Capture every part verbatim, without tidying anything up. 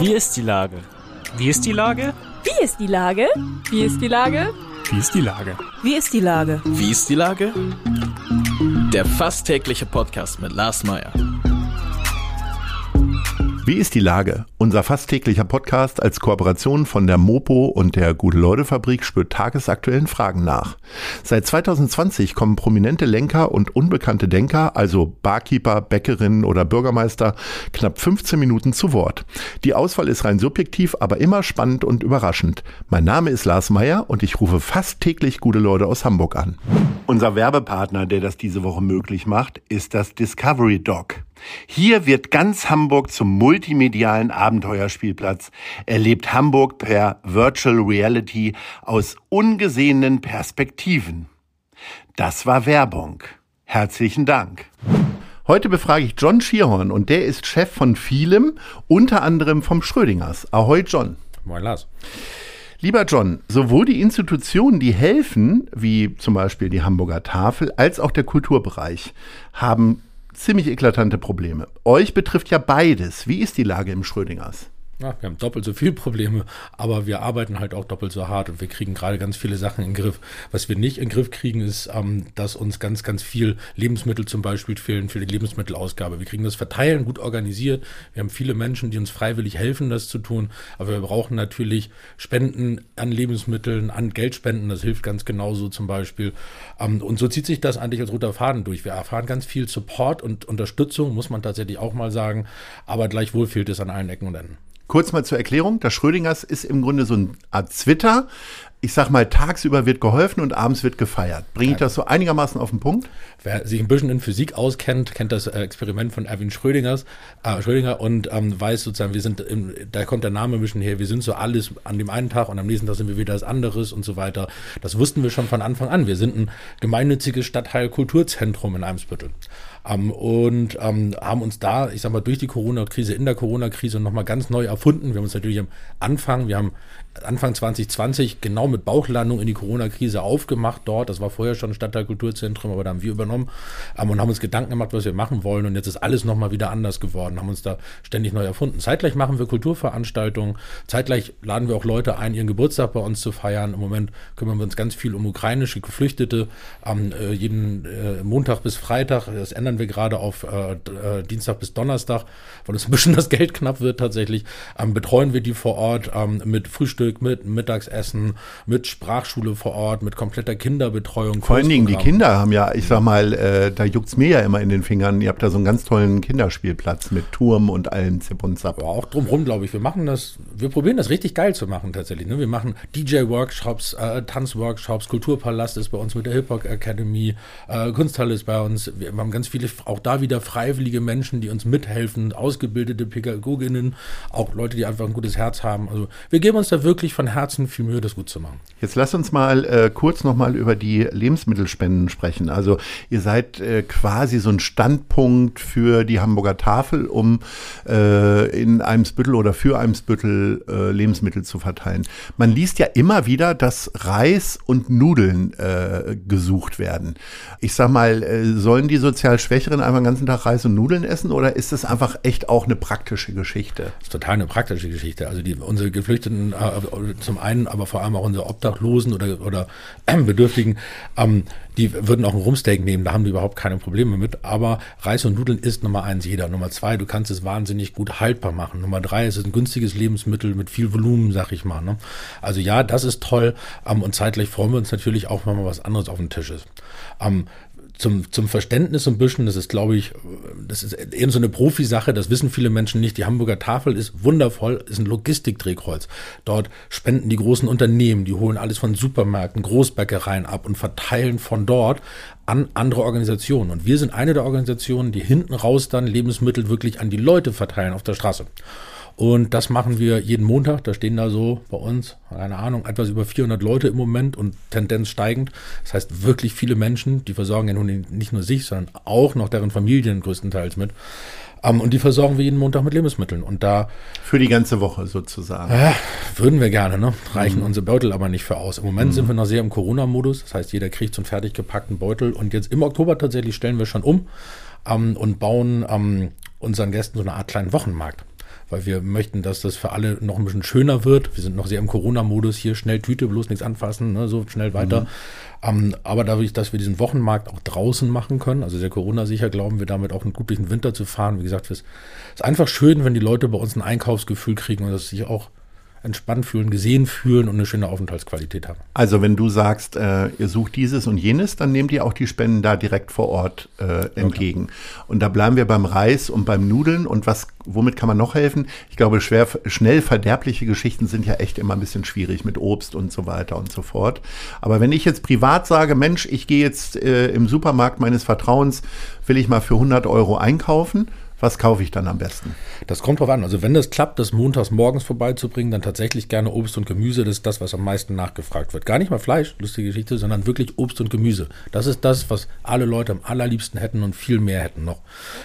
Wie ist die Lage? Wie ist die Lage? Wie ist die Lage? Wie ist die Lage? Wie ist die Lage? Wie ist die Lage? Wie ist die Lage? Der fast tägliche Podcast mit Lars Meyer. Wie ist die Lage? Unser fast täglicher Podcast als Kooperation von der Mopo und der Gute-Leute-Fabrik spürt tagesaktuellen Fragen nach. Seit zwanzig zwanzig kommen prominente Lenker und unbekannte Denker, also Barkeeper, Bäckerinnen oder Bürgermeister, knapp fünfzehn Minuten zu Wort. Die Auswahl ist rein subjektiv, aber immer spannend und überraschend. Mein Name ist Lars Meyer und ich rufe fast täglich gute Leute aus Hamburg an. Unser Werbepartner, der das diese Woche möglich macht, ist das Discovery Dog. Hier wird ganz Hamburg zum multimedialen Abenteuerspielplatz. Erlebt Hamburg per Virtual Reality aus ungesehenen Perspektiven. Das war Werbung. Herzlichen Dank. Heute befrage ich John Schierhorn und der ist Chef von vielem, unter anderem vom Schrödingers. Ahoi John. Moin Lars. Lieber John, sowohl die Institutionen, die helfen, wie zum Beispiel die Hamburger Tafel, als auch der Kulturbereich haben ziemlich eklatante Probleme. Euch betrifft ja beides. Wie ist die Lage im Schrödingers? Ja, wir haben doppelt so viele Probleme, aber wir arbeiten halt auch doppelt so hart und wir kriegen gerade ganz viele Sachen in den Griff. Was wir nicht in den Griff kriegen, ist, ähm, dass uns ganz, ganz viel Lebensmittel zum Beispiel fehlen für die Lebensmittelausgabe. Wir kriegen das Verteilen gut organisiert. Wir haben viele Menschen, die uns freiwillig helfen, das zu tun. Aber wir brauchen natürlich Spenden an Lebensmitteln, an Geldspenden. Das hilft ganz genauso zum Beispiel. Ähm, und so zieht sich das eigentlich als roter Faden durch. Wir erfahren ganz viel Support und Unterstützung, muss man tatsächlich auch mal sagen. Aber gleichwohl fehlt es an allen Ecken und Enden. Kurz mal zur Erklärung, das Schrödingers ist im Grunde so eine Art Twitter. Ich sag mal, tagsüber wird geholfen und abends wird gefeiert. Bringe ich das so einigermaßen auf den Punkt? Wer sich ein bisschen in Physik auskennt, kennt das Experiment von Erwin Schrödingers, äh, Schrödinger und ähm, weiß sozusagen, wir sind, im, da kommt der Name ein bisschen her, wir sind so alles an dem einen Tag und am nächsten Tag sind wir wieder das anderes und so weiter. Das wussten wir schon von Anfang an. Wir sind ein gemeinnütziges Stadtteil-Kulturzentrum in Eimsbüttel. Um, und um, haben uns da, ich sag mal, durch die Corona-Krise, in der Corona-Krise nochmal ganz neu erfunden. Wir haben uns natürlich am Anfang, wir haben Anfang zwanzig zwanzig genau mit Bauchlandung in die Corona-Krise aufgemacht dort. Das war vorher schon ein Stadtteil-Kulturzentrum, aber da haben wir übernommen um, und haben uns Gedanken gemacht, was wir machen wollen. Und jetzt ist alles nochmal wieder anders geworden, haben uns da ständig neu erfunden. Zeitgleich machen wir Kulturveranstaltungen, zeitgleich laden wir auch Leute ein, ihren Geburtstag bei uns zu feiern. Im Moment kümmern wir uns ganz viel um ukrainische Geflüchtete, um, äh, jeden äh, Montag bis Freitag, das ändern wir gerade auf äh, äh, Dienstag bis Donnerstag, weil uns ein bisschen das Geld knapp wird tatsächlich, ähm, betreuen wir die vor Ort ähm, mit Frühstück, mit Mittagsessen, mit Sprachschule vor Ort, mit kompletter Kinderbetreuung. Vor allen Dingen die Kinder haben ja, ich sag mal, äh, da juckt's mir ja immer in den Fingern, ihr habt da so einen ganz tollen Kinderspielplatz mit Turm und allem Zip und Zap. Aber auch drumherum, glaube ich, wir machen das, wir probieren das richtig geil zu machen tatsächlich. Ne? Wir machen D J-Workshops, äh, Tanzworkshops, Kulturpalast ist bei uns mit der Hip-Hop Academy, äh, Kunsthalle ist bei uns, wir haben ganz viele auch da wieder freiwillige Menschen, die uns mithelfen, ausgebildete Pädagoginnen, auch Leute, die einfach ein gutes Herz haben. Also wir geben uns da wirklich von Herzen viel Mühe, das gut zu machen. Jetzt lass uns mal äh, kurz nochmal über die Lebensmittelspenden sprechen. Also ihr seid äh, quasi so ein Standpunkt für die Hamburger Tafel, um äh, in Eimsbüttel oder für Eimsbüttel äh, Lebensmittel zu verteilen. Man liest ja immer wieder, dass Reis und Nudeln äh, gesucht werden. Ich sag mal, äh, sollen die sozial Schwächeren einfach den ganzen Tag Reis und Nudeln essen oder ist das einfach echt auch eine praktische Geschichte? Das ist total eine praktische Geschichte. Also die, unsere Geflüchteten äh, zum einen, aber vor allem auch unsere Obdachlosen oder, oder äh, Bedürftigen, ähm, die würden auch ein Rumsteak nehmen, da haben die überhaupt keine Probleme mit. Aber Reis und Nudeln ist Nummer eins jeder. Nummer zwei, du kannst es wahnsinnig gut haltbar machen. Nummer drei, es ist ein günstiges Lebensmittel mit viel Volumen, sag ich mal. Ne? Also ja, das ist toll. Ähm, und zeitgleich freuen wir uns natürlich auch, wenn mal was anderes auf dem Tisch ist. Ähm, Zum, zum Verständnis ein bisschen, das ist, glaube ich, das ist eben so eine Profisache, das wissen viele Menschen nicht. Die Hamburger Tafel ist wundervoll, ist ein Logistikdrehkreuz. Dort spenden die großen Unternehmen, die holen alles von Supermärkten, Großbäckereien ab und verteilen von dort an andere Organisationen. Und wir sind eine der Organisationen, die hinten raus dann Lebensmittel wirklich an die Leute verteilen auf der Straße. Und das machen wir jeden Montag. Da stehen da so bei uns, keine Ahnung, etwas über vierhundert Leute im Moment und Tendenz steigend. Das heißt, wirklich viele Menschen, die versorgen ja nun nicht nur sich, sondern auch noch deren Familien größtenteils mit. Um, und die versorgen wir jeden Montag mit Lebensmitteln. Und da für die ganze Woche sozusagen. Äh, würden wir gerne, ne? Reichen mhm. unsere Beutel aber nicht für aus. Im Moment mhm. sind wir noch sehr im Corona-Modus. Das heißt, jeder kriegt so einen fertig gepackten Beutel. Und jetzt im Oktober tatsächlich stellen wir schon um um, und bauen um, unseren Gästen so eine Art kleinen Wochenmarkt. weil wir möchten, dass das für alle noch ein bisschen schöner wird. Wir sind noch sehr im Corona-Modus hier, schnell Tüte, bloß nichts anfassen, ne, so schnell weiter. Mhm. Um, aber dadurch, dass wir diesen Wochenmarkt auch draußen machen können, also sehr Corona-sicher, glauben wir damit auch einen gut durch den Winter zu fahren. Wie gesagt, es ist einfach schön, wenn die Leute bei uns ein Einkaufsgefühl kriegen und dass sie sich auch entspannt fühlen, gesehen fühlen und eine schöne Aufenthaltsqualität haben. Also wenn du sagst, äh, ihr sucht dieses und jenes, dann nehmt ihr auch die Spenden da direkt vor Ort äh, entgegen. Okay. Und da bleiben wir beim Reis und beim Nudeln. Und was, womit kann man noch helfen? Ich glaube, schwer, schnell verderbliche Geschichten sind ja echt immer ein bisschen schwierig mit Obst und so weiter und so fort. Aber wenn ich jetzt privat sage, Mensch, ich gehe jetzt äh, im Supermarkt meines Vertrauens, will ich mal für hundert Euro einkaufen, was kaufe ich dann am besten? Das kommt drauf an. Also wenn das klappt, das montags morgens vorbeizubringen, dann tatsächlich gerne Obst und Gemüse. Das ist das, was am meisten nachgefragt wird. Gar nicht mal Fleisch, lustige Geschichte, sondern wirklich Obst und Gemüse. Das ist das, was alle Leute am allerliebsten hätten und viel mehr hätten noch.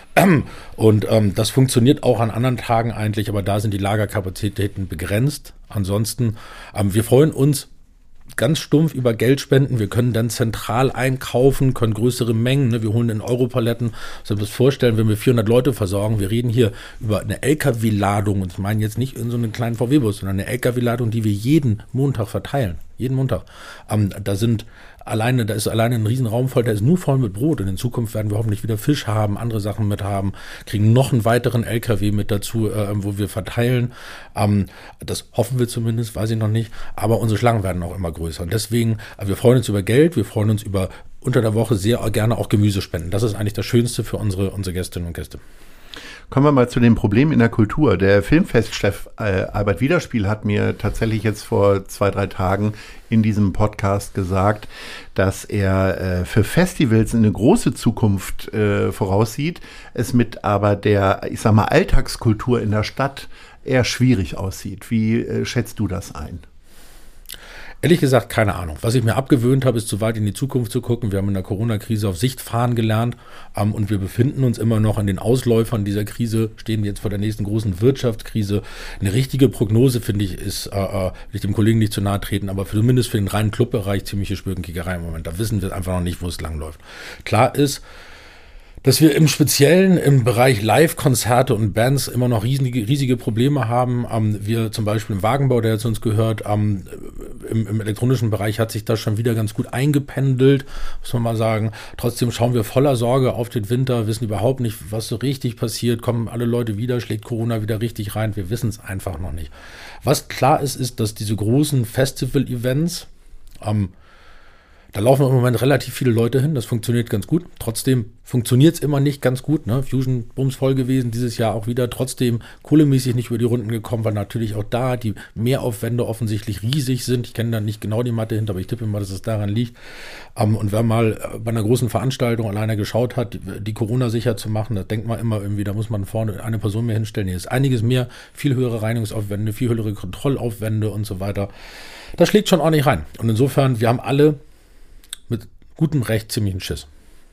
Und ähm, das funktioniert auch an anderen Tagen eigentlich, aber da sind die Lagerkapazitäten begrenzt. Ansonsten, ähm, wir freuen uns ganz stumpf über Geldspenden. Wir können dann zentral einkaufen, können größere Mengen, ne? Wir holen in Europaletten. Also das vorstellen, wenn wir vierhundert Leute versorgen. Wir reden hier über eine L K W-Ladung und ich meine jetzt nicht in so einen kleinen V W-Bus, sondern eine L K W-Ladung, die wir jeden Montag verteilen. Jeden Montag. Ähm, da sind alleine, da ist alleine ein Riesenraum voll, der ist nur voll mit Brot. Und in Zukunft werden wir hoffentlich wieder Fisch haben, andere Sachen mit haben, kriegen noch einen weiteren L K W mit dazu, äh, wo wir verteilen. Ähm, das hoffen wir zumindest, weiß ich noch nicht. Aber unsere Schlangen werden auch immer größer. Und deswegen, äh, wir freuen uns über Geld, wir freuen uns über unter der Woche sehr gerne auch Gemüsespenden. Das ist eigentlich das Schönste für unsere, unsere Gästinnen und Gäste. Kommen wir mal zu den Problemen in der Kultur. Der Filmfestchef äh, Albert Widerspiel hat mir tatsächlich jetzt vor zwei, drei Tagen in diesem Podcast gesagt, dass er äh, für Festivals eine große Zukunft äh, voraussieht, es mit aber der, ich sag mal, Alltagskultur in der Stadt eher schwierig aussieht. Wie äh, schätzt du das ein? Ehrlich gesagt, keine Ahnung. Was ich mir abgewöhnt habe, ist zu weit in die Zukunft zu gucken. Wir haben in der Corona-Krise auf Sicht fahren gelernt ähm, und wir befinden uns immer noch an den Ausläufern dieser Krise, stehen jetzt vor der nächsten großen Wirtschaftskrise. Eine richtige Prognose, finde ich, ist, äh, will ich dem Kollegen nicht zu nahe treten, aber zumindest für den reinen Clubbereich ziemliche Spürgenkickerei im Moment. Da wissen wir einfach noch nicht, wo es langläuft. Klar ist, dass wir im Speziellen im Bereich Live-Konzerte und Bands immer noch riesige, riesige Probleme haben. Ähm, wir zum Beispiel im Wagenbau, der jetzt uns gehört, ähm, im, im elektronischen Bereich hat sich das schon wieder ganz gut eingependelt, muss man mal sagen. Trotzdem schauen wir voller Sorge auf den Winter, wissen überhaupt nicht, was so richtig passiert. Kommen alle Leute wieder, schlägt Corona wieder richtig rein? Wir wissen es einfach noch nicht. Was klar ist, ist, dass diese großen Festival-Events, ähm, da laufen im Moment relativ viele Leute hin, das funktioniert ganz gut. Trotzdem funktioniert es immer nicht ganz gut. Ne? Fusion bums voll gewesen, dieses Jahr auch wieder. Trotzdem kohlemäßig nicht über die Runden gekommen, weil natürlich auch da die Mehraufwände offensichtlich riesig sind. Ich kenne da nicht genau die Mathe hinter, aber ich tippe mal, dass es daran liegt. Um, und wer mal bei einer großen Veranstaltung alleine geschaut hat, die, die Corona-sicher zu machen, da denkt man immer irgendwie, da muss man vorne eine Person mehr hinstellen. Hier ist einiges mehr, viel höhere Reinigungsaufwände, viel höhere Kontrollaufwände und so weiter. Das schlägt schon ordentlich rein. Und insofern, wir haben alle mit gutem Recht ziemlich einen Schiss.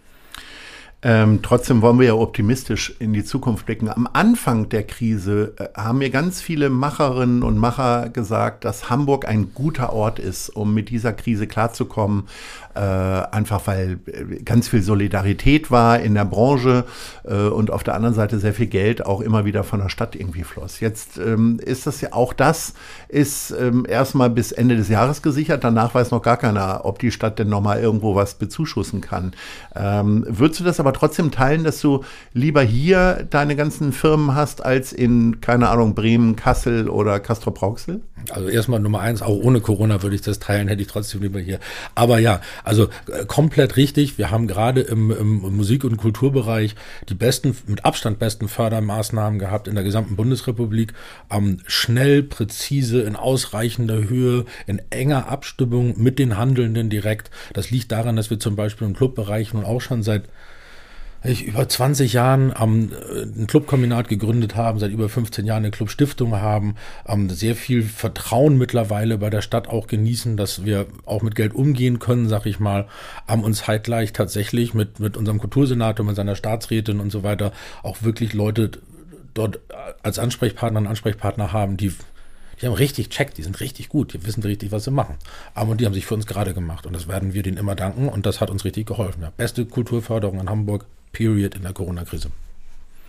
Ähm, trotzdem wollen wir ja optimistisch in die Zukunft blicken. Am Anfang der Krise äh, haben mir ganz viele Macherinnen und Macher gesagt, dass Hamburg ein guter Ort ist, um mit dieser Krise klarzukommen. Äh, einfach weil ganz viel Solidarität war in der Branche äh, und auf der anderen Seite sehr viel Geld auch immer wieder von der Stadt irgendwie floss. Jetzt ähm, ist das ja auch das, ist ähm, erstmal bis Ende des Jahres gesichert. Danach weiß noch gar keiner, ob die Stadt denn nochmal irgendwo was bezuschussen kann. Ähm, würdest du das aber trotzdem teilen, dass du lieber hier deine ganzen Firmen hast, als in, keine Ahnung, Bremen, Kassel oder Castrop-Rauxel? Also erstmal Nummer eins, auch ohne Corona würde ich das teilen, hätte ich trotzdem lieber hier. Aber ja, also äh, komplett richtig. Wir haben gerade im, im Musik- und Kulturbereich die besten, mit Abstand besten Fördermaßnahmen gehabt in der gesamten Bundesrepublik. Ähm, schnell, präzise, in ausreichender Höhe, in enger Abstimmung mit den Handelnden direkt. Das liegt daran, dass wir zum Beispiel im Clubbereich nun auch schon seit ich über zwanzig Jahren ähm, ein Clubkombinat gegründet haben, seit über fünfzehn Jahren eine Clubstiftung haben, ähm, sehr viel Vertrauen mittlerweile bei der Stadt auch genießen, dass wir auch mit Geld umgehen können, sag ich mal, haben uns zeitgleich tatsächlich mit mit unserem Kultursenator, mit seiner Staatsrätin und so weiter auch wirklich Leute dort als Ansprechpartner und Ansprechpartner haben, die Die haben richtig checkt, die sind richtig gut, die wissen richtig, was sie machen. Aber die haben sich für uns gerade gemacht und das werden wir denen immer danken und das hat uns richtig geholfen. Ja, beste Kulturförderung in Hamburg, period, in der Corona-Krise.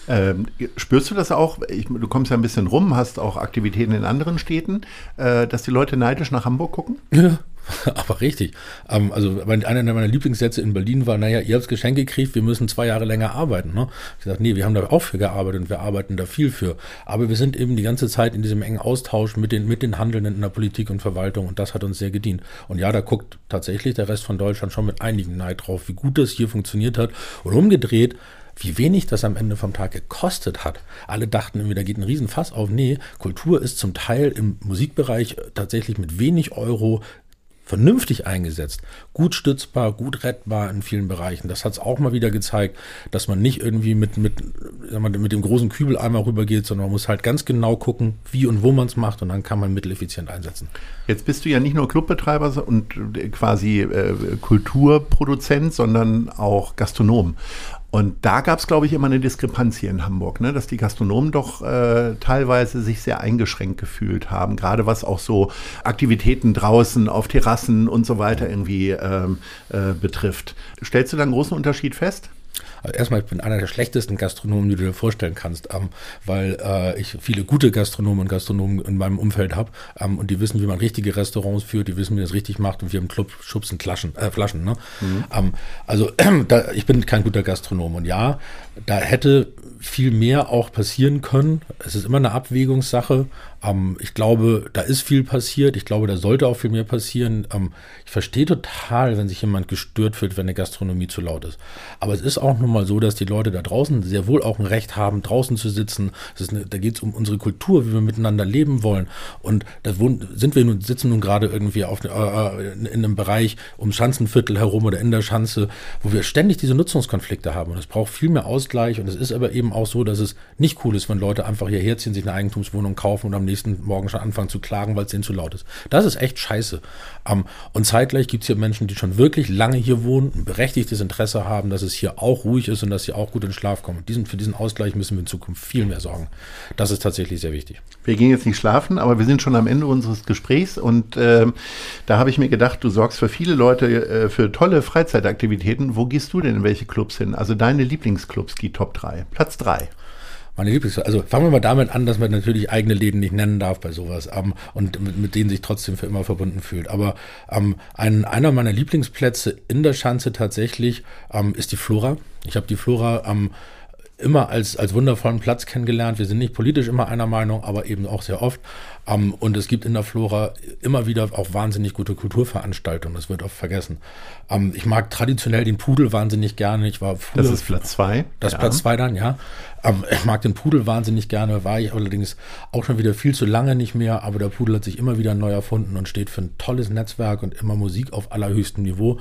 Ähm, spürst du das auch? Ich, du kommst ja ein bisschen rum, hast auch Aktivitäten in anderen Städten, äh, dass die Leute neidisch nach Hamburg gucken? Ja. Aber richtig. Ähm, also einer meiner Lieblingssätze in Berlin war, naja, ihr habt Geschenke gekriegt, wir müssen zwei Jahre länger arbeiten. Ne? Ich sage, nee, wir haben da auch für gearbeitet und wir arbeiten da viel für. Aber wir sind eben die ganze Zeit in diesem engen Austausch mit den, mit den Handelnden in der Politik und Verwaltung und das hat uns sehr gedient. Und ja, da guckt tatsächlich der Rest von Deutschland schon mit einigen Neid drauf, wie gut das hier funktioniert hat. Und umgedreht, wie wenig das am Ende vom Tag gekostet hat. Alle dachten irgendwie, da geht ein Riesenfass auf. Nee, Kultur ist zum Teil im Musikbereich tatsächlich mit wenig Euro vernünftig eingesetzt, gut stützbar, gut rettbar in vielen Bereichen. Das hat es auch mal wieder gezeigt, dass man nicht irgendwie mit, mit, sagen wir, mit dem großen Kübel einmal rübergeht, sondern man muss halt ganz genau gucken, wie und wo man es macht und dann kann man Mittel effizient einsetzen. Jetzt bist du ja nicht nur Clubbetreiber und quasi äh, Kulturproduzent, sondern auch Gastronom. Und da gab es, glaube ich, immer eine Diskrepanz hier in Hamburg, ne? Dass die Gastronomen doch äh, teilweise sich sehr eingeschränkt gefühlt haben, gerade was auch so Aktivitäten draußen auf Terrassen und so weiter irgendwie ähm, äh, betrifft. Stellst du da einen großen Unterschied fest? Also erstmal, ich bin einer der schlechtesten Gastronomen, die du dir vorstellen kannst, ähm, weil äh, ich viele gute Gastronomen und Gastronomen in meinem Umfeld habe ähm, und die wissen, wie man richtige Restaurants führt, die wissen, wie das richtig macht und wir im Club schubsen Klaschen, äh, Flaschen. Ne? Mhm. Ähm, also äh, da, ich bin kein guter Gastronom und ja, da hätte viel mehr auch passieren können. Es ist immer eine Abwägungssache. Ähm, ich glaube, da ist viel passiert. Ich glaube, da sollte auch viel mehr passieren. Ähm, ich verstehe total, wenn sich jemand gestört fühlt, wenn eine Gastronomie zu laut ist. Aber es ist auch nun mal so, dass die Leute da draußen sehr wohl auch ein Recht haben, draußen zu sitzen. Das ist eine, da geht es um unsere Kultur, wie wir miteinander leben wollen. Und da sind wir nun, sitzen nun gerade irgendwie auf, äh, in einem Bereich um Schanzenviertel herum oder in der Schanze, wo wir ständig diese Nutzungskonflikte haben. Und es braucht viel mehr Ausgleich. Und es ist aber eben auch so, dass es nicht cool ist, wenn Leute einfach hierher ziehen, sich eine Eigentumswohnung kaufen und am nächsten Morgen schon anfangen zu klagen, weil es denen zu laut ist. Das ist echt scheiße. Um, und zeitgleich gibt es hier Menschen, die schon wirklich lange hier wohnen, ein berechtigtes Interesse haben, dass es hier auch ruhig ist und dass sie auch gut in Schlaf kommen. Und diesen, für diesen Ausgleich müssen wir in Zukunft viel mehr sorgen. Das ist tatsächlich sehr wichtig. Wir gehen jetzt nicht schlafen, aber wir sind schon am Ende unseres Gesprächs und äh, da habe ich mir gedacht, du sorgst für viele Leute äh, für tolle Freizeitaktivitäten. Wo gehst du denn in welche Clubs hin? Also deine Lieblingsclubs, die Top drei. Platz drei. Meine Lieblings, also fangen wir mal damit an, dass man natürlich eigene Läden nicht nennen darf bei sowas ähm, und mit, mit denen sich trotzdem für immer verbunden fühlt. Aber ähm, ein, einer meiner Lieblingsplätze in der Schanze tatsächlich ähm, ist die Flora. Ich habe die Flora ähm, immer als, als wundervollen Platz kennengelernt. Wir sind nicht politisch immer einer Meinung, aber eben auch sehr oft. Um, und es gibt in der Flora immer wieder auch wahnsinnig gute Kulturveranstaltungen. Das wird oft vergessen. Um, ich mag traditionell den Pudel wahnsinnig gerne. Ich war früher, das ist Platz zwei. Das ist ja. Platz zwei dann, ja. Um, ich mag den Pudel wahnsinnig gerne. War ich allerdings auch schon wieder viel zu lange nicht mehr. Aber der Pudel hat sich immer wieder neu erfunden und steht für ein tolles Netzwerk und immer Musik auf allerhöchstem Niveau.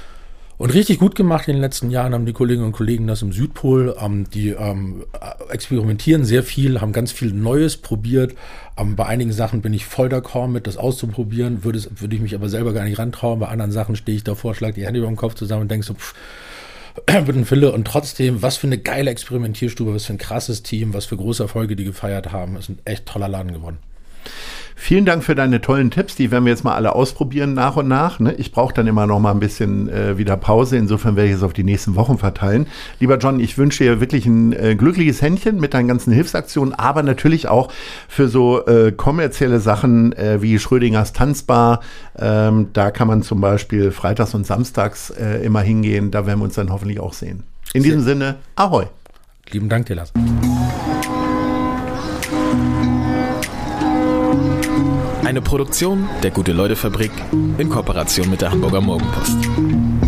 Und richtig gut gemacht in den letzten Jahren haben die Kolleginnen und Kollegen das im Südpol. Ähm, die ähm, experimentieren sehr viel, haben ganz viel Neues probiert. Ähm, bei einigen Sachen bin ich voll d'accord mit, das auszuprobieren. Würde, es, würde ich mich aber selber gar nicht rantrauen. Bei anderen Sachen stehe ich davor, schlage die Hände über den Kopf zusammen und denke so, pff, mit einem Fille. Und trotzdem, was für eine geile Experimentierstube, was für ein krasses Team, was für große Erfolge die gefeiert haben. Ist ein echt toller Laden geworden. Vielen Dank für deine tollen Tipps, die werden wir jetzt mal alle ausprobieren nach und nach. Ne? Ich brauche dann immer noch mal ein bisschen äh, wieder Pause, insofern werde ich es auf die nächsten Wochen verteilen. Lieber John, ich wünsche dir wirklich ein äh, glückliches Händchen mit deinen ganzen Hilfsaktionen, aber natürlich auch für so äh, kommerzielle Sachen äh, wie Schrödingers Tanzbar. Ähm, da kann man zum Beispiel freitags und samstags äh, immer hingehen, da werden wir uns dann hoffentlich auch sehen. In diesem Sinne, Ahoi. Lieben Dank dir, Lars. Eine Produktion der Gute-Leute-Fabrik in Kooperation mit der Hamburger Morgenpost.